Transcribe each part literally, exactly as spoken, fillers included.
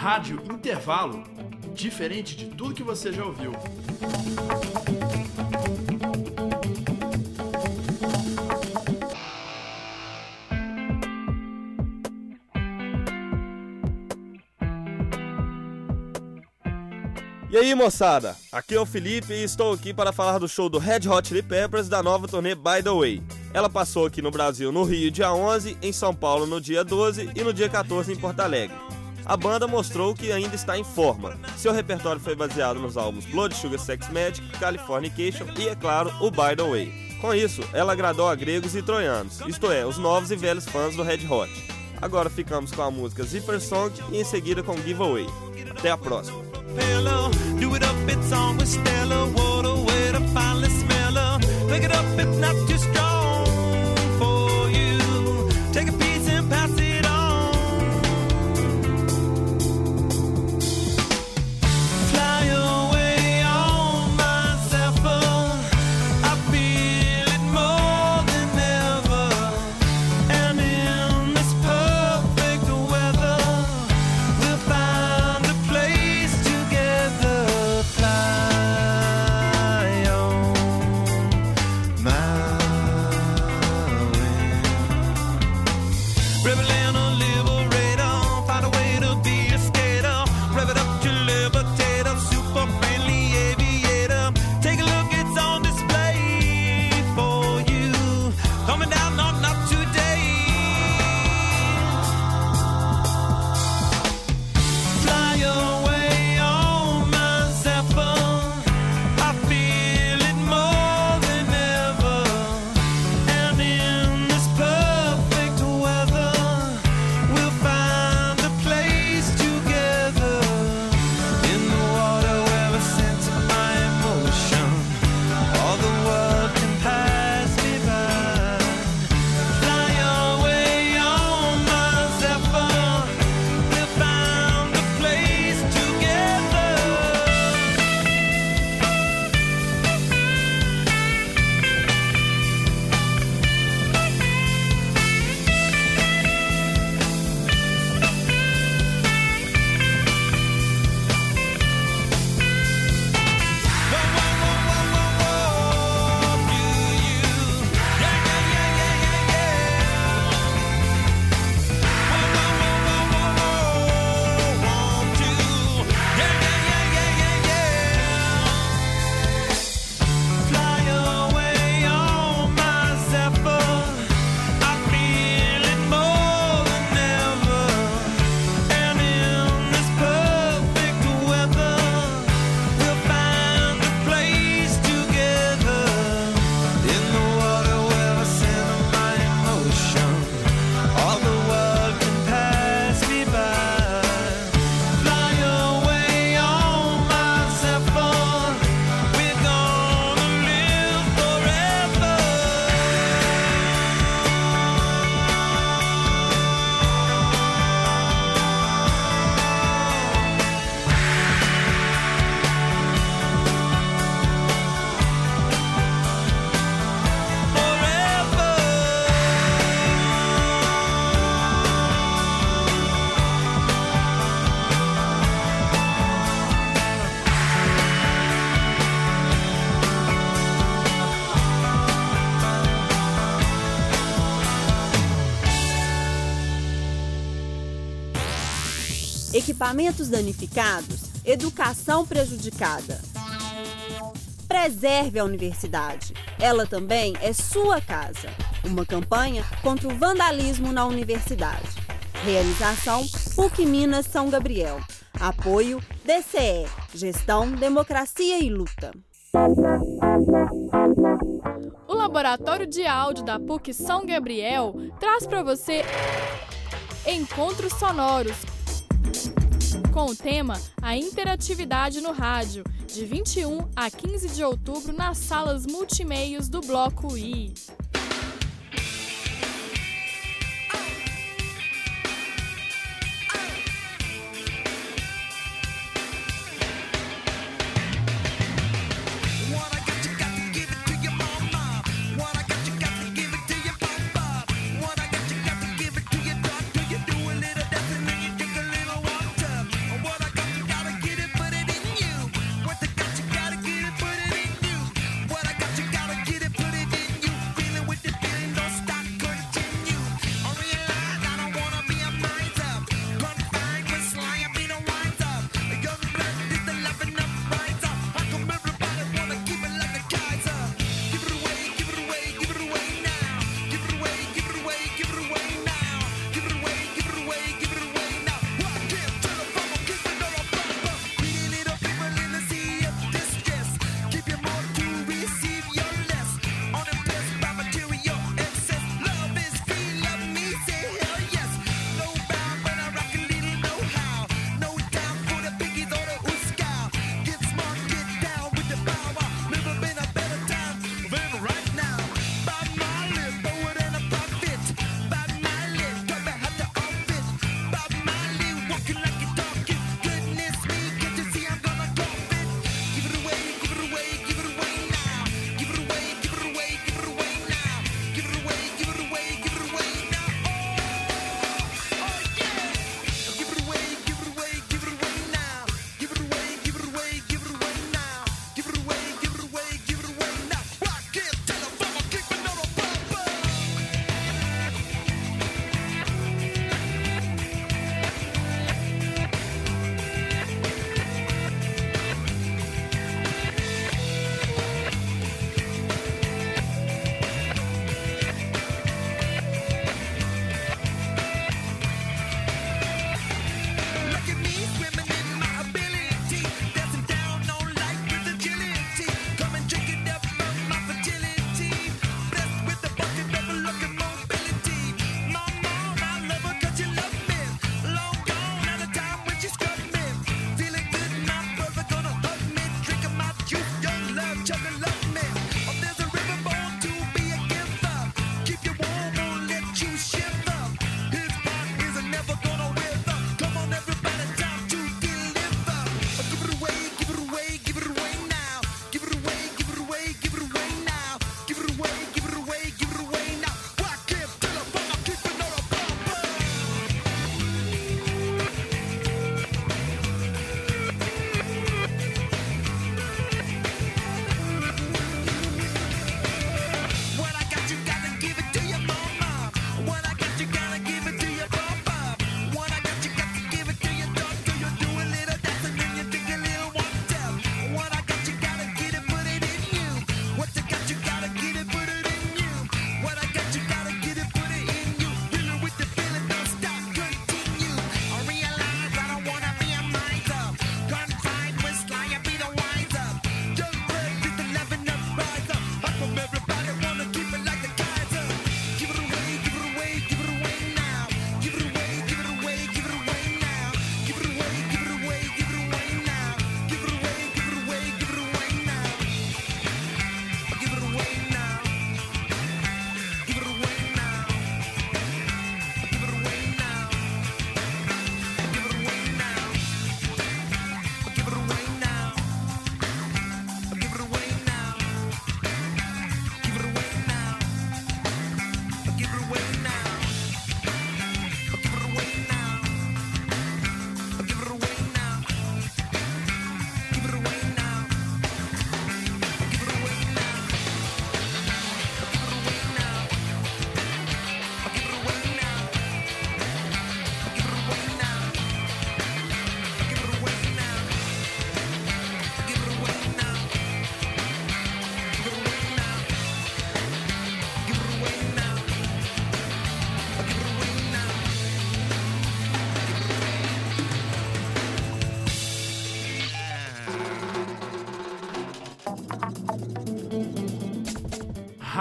Rádio Intervalo, diferente de tudo que você já ouviu. E aí, moçada, aqui é o Felipe e estou aqui para falar do show do Red Hot Chili Peppers da nova turnê By The Way. Ela passou aqui no Brasil no Rio dia onze, em São Paulo no dia doze e no dia quatorze em Porto Alegre. A banda mostrou que ainda está em forma. Seu repertório foi baseado nos álbuns Blood Sugar Sex Magic, Californication e, é claro, o By The Way. Com isso, ela agradou a gregos e troianos, isto é, os novos e velhos fãs do Red Hot. Agora ficamos com a música Zipper Song e em seguida com Giveaway. Até a próxima! Pillow, do it up, it's on with Stella. What a way to finally smell her. Pick it up, it's not too strong for you. Take a piece and pass it on. Fly away on my Zephyr. I feel it more than ever. And in this perfect weather, we'll find a place together. Fly on my way. Rebel and a liberator, find a way to be a skater. Rev it up to liberator, super friendly aviator. Take a look, it's on display for you. Coming down, no, not today. Fly away on my Zephyr. I feel it more than ever. And in this perfect weather, we'll find a place together. In the water where we center my emotion, all the world can pass me by. Fly away on my Zephyr. We'll find a place together. Whoa, whoa, whoa, whoa, whoa, whoa, do you? Yeah, yeah, yeah, yeah, yeah, yeah. Whoa, whoa, whoa, whoa, whoa, whoa, want to? Yeah, yeah, yeah, yeah, yeah, yeah. Fly away on my Zephyr. I feel it more than ever. And in this perfect weather, we'll find a place together. In the water where I center my emotion, all the world can pass me by. Fly away on my Zephyr. We're gonna live forever. Equipamentos danificados, educação prejudicada. Preserve a universidade. Ela também é sua casa. Uma campanha contra o vandalismo na universidade. Realização P U C Minas São Gabriel. Apoio D C E, Gestão, Democracia e Luta. O Laboratório de Áudio da P U C São Gabriel traz para você Encontros Sonoros, com o tema A Interatividade no Rádio, de vinte e um a quinze de outubro nas salas multimeios do Bloco I. What I got, you got to give it to your mama. What I got, you got to give it to your papa. What I got, you got to give it to your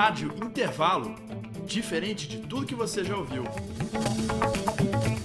Rádio Intervalo, diferente de tudo que você já ouviu.